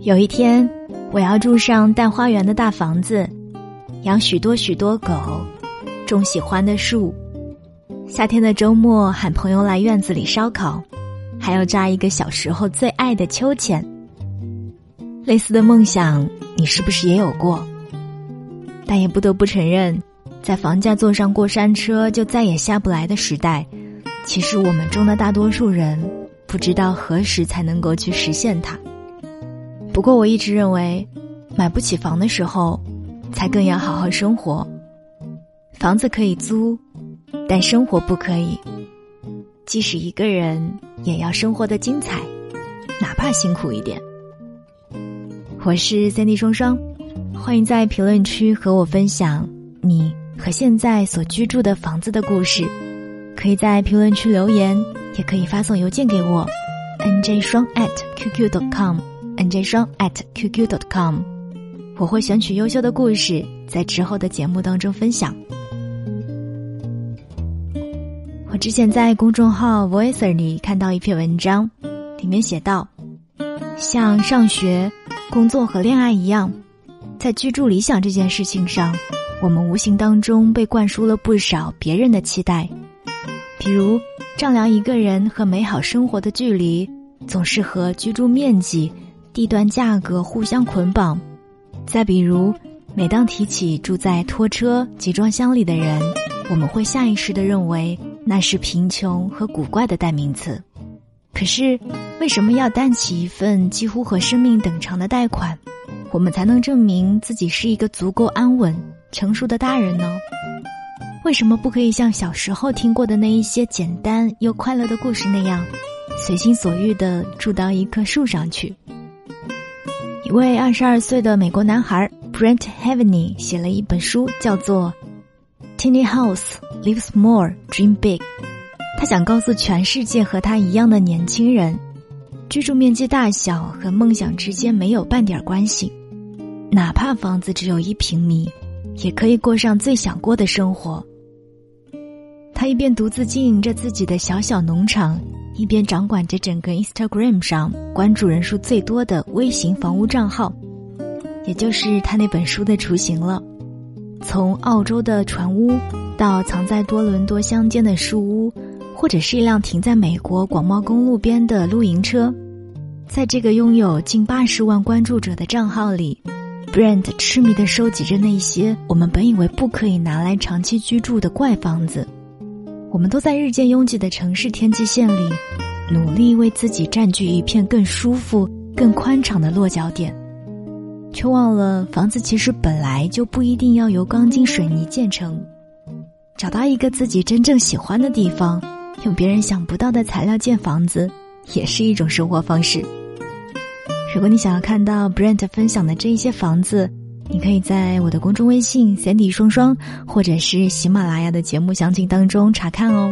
有一天，我要住上带花园的大房子，养许多许多狗，种喜欢的树。夏天的周末喊朋友来院子里烧烤，还要扎一个小时候最爱的秋千。类似的梦想，你是不是也有过？但也不得不承认，在房价坐上过山车就再也下不来的时代，其实我们中的大多数人不知道何时才能够去实现它。不过我一直认为，买不起房的时候才更要好好生活。房子可以租，但生活不可以。即使一个人也要生活得精彩，哪怕辛苦一点。我是Sandy双双，欢迎在评论区和我分享你和现在所居住的房子的故事。可以在评论区留言，也可以发送邮件给我 njshuang@qq.com njshuang@qq.com， 我会选取优秀的故事在之后的节目当中分享。我之前在公众号 Voicer 里看到一篇文章，里面写道，像上学、工作和恋爱一样，在居住理想这件事情上，我们无形当中被灌输了不少别人的期待，比如丈量一个人和美好生活的距离总是和居住面积、地段价格互相捆绑。再比如，每当提起住在拖车、集装箱里的人，我们会下意识地认为那是贫穷和古怪的代名词。可是，为什么要担起一份几乎和生命等长的贷款，我们才能证明自己是一个足够安稳、成熟的大人呢？为什么不可以像小时候听过的那一些简单又快乐的故事那样，随心所欲地住到一棵树上去？一位22岁的美国男孩 Brent Havney 写了一本书，叫做 Tiny House Live Small Dream Big。 他想告诉全世界和他一样的年轻人，居住面积大小和梦想之间没有半点关系，哪怕房子只有1平米，也可以过上最想过的生活。他一边独自经营着自己的小小农场，一边掌管着整个 Instagram 上关注人数最多的微型房屋账号，也就是他那本书的雏形了。从澳洲的船屋，到藏在多伦多乡间的树屋，或者是一辆停在美国广袤公路边的露营车，在这个拥有近80万关注者的账号里， Brent 痴迷地收集着那些我们本以为不可以拿来长期居住的怪房子。我们都在日渐拥挤的城市天际线里，努力为自己占据一片更舒服、更宽敞的落脚点，却忘了房子其实本来就不一定要由钢筋水泥建成。找到一个自己真正喜欢的地方，用别人想不到的材料建房子，也是一种生活方式。如果你想要看到 Brent 分享的这一些房子，你可以在我的公众微信 Sandy 双双，或者是喜马拉雅的节目详情当中查看哦。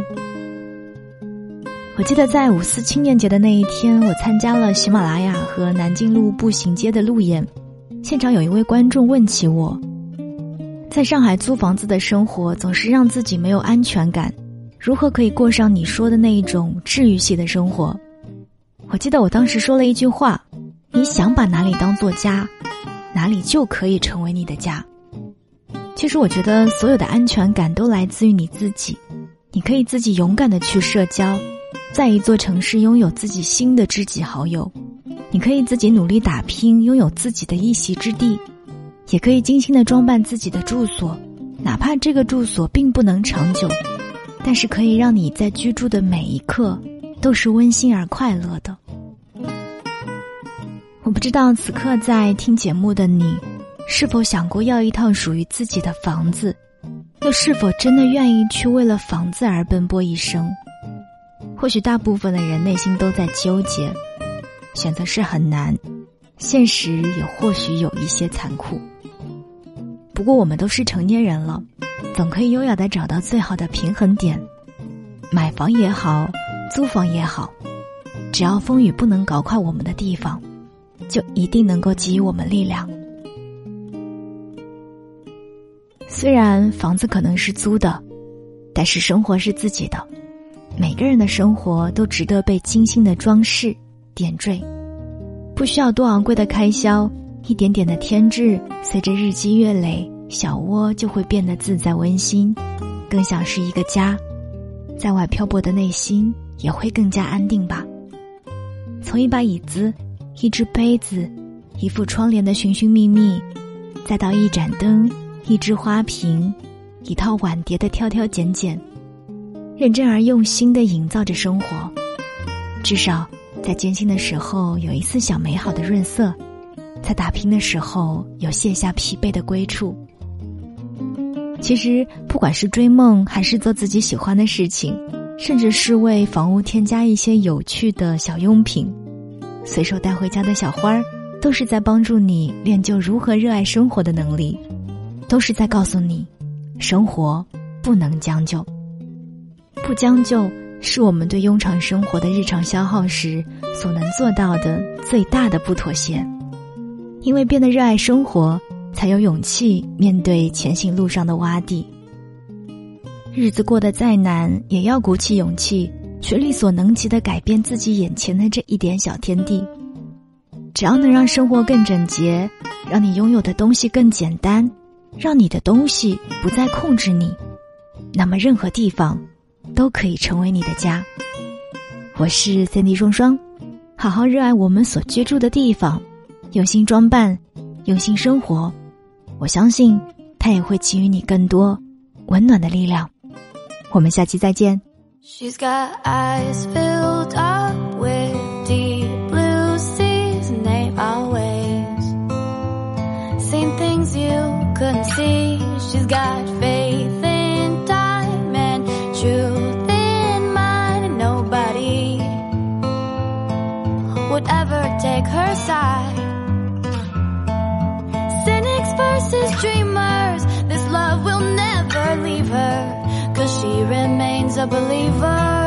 我记得在54青年节的那一天，我参加了喜马拉雅和南京路步行街的路演，现场有一位观众问起我，在上海租房子的生活总是让自己没有安全感，如何可以过上你说的那一种治愈系的生活？我记得我当时说了一句话，你想把哪里当作家，哪里就可以成为你的家。其实我觉得所有的安全感都来自于你自己，你可以自己勇敢地去社交，在一座城市拥有自己新的知己好友，你可以自己努力打拼，拥有自己的一席之地，也可以精心地装扮自己的住所，哪怕这个住所并不能长久，但是可以让你在居住的每一刻都是温馨而快乐的。我不知道此刻在听节目的你，是否想过要一套属于自己的房子，又是否真的愿意去为了房子而奔波一生？或许大部分的人内心都在纠结，选择是很难，现实也或许有一些残酷。不过我们都是成年人了，总可以优雅地找到最好的平衡点。买房也好，租房也好，只要风雨不能搞垮我们的地方，就一定能够给予我们力量。虽然房子可能是租的，但是生活是自己的，每个人的生活都值得被精心的装饰点缀。 不需要多昂贵的开销，一点点的添置，随着日积月累，小窝就会变得自在温馨，更像是一个家。在外漂泊的内心也会更加安定吧。从一把椅子，一只杯子，一副窗帘的寻寻觅觅，再到一盏灯，一只花瓶，一套碗碟的挑挑拣拣，认真而用心地营造着生活。至少在艰辛的时候有一丝小美好的润色，在打拼的时候有卸下疲惫的归处。其实不管是追梦，还是做自己喜欢的事情，甚至是为房屋添加一些有趣的小用品，随手带回家的小花儿，都是在帮助你练就如何热爱生活的能力，都是在告诉你，生活不能将就。不将就，是我们对庸常生活的日常消耗时所能做到的最大的不妥协。因为变得热爱生活，才有勇气面对前行路上的洼地。日子过得再难，也要鼓起勇气，去力所能及地改变自己眼前的这一点小天地。只要能让生活更整洁，让你拥有的东西更简单，让你的东西不再控制你，那么任何地方都可以成为你的家。我是Sandy双双，好好热爱我们所居住的地方，用心装扮，用心生活，我相信它也会给予你更多温暖的力量。我们下期再见。 She's got eyes filled up with deep blue seas, and they always seen things you couldn't see. She's got faith in time and truth in mind, and nobody would ever take her side. Cynics versus dreamers, this love will never leave her, 'cause she remains a believer.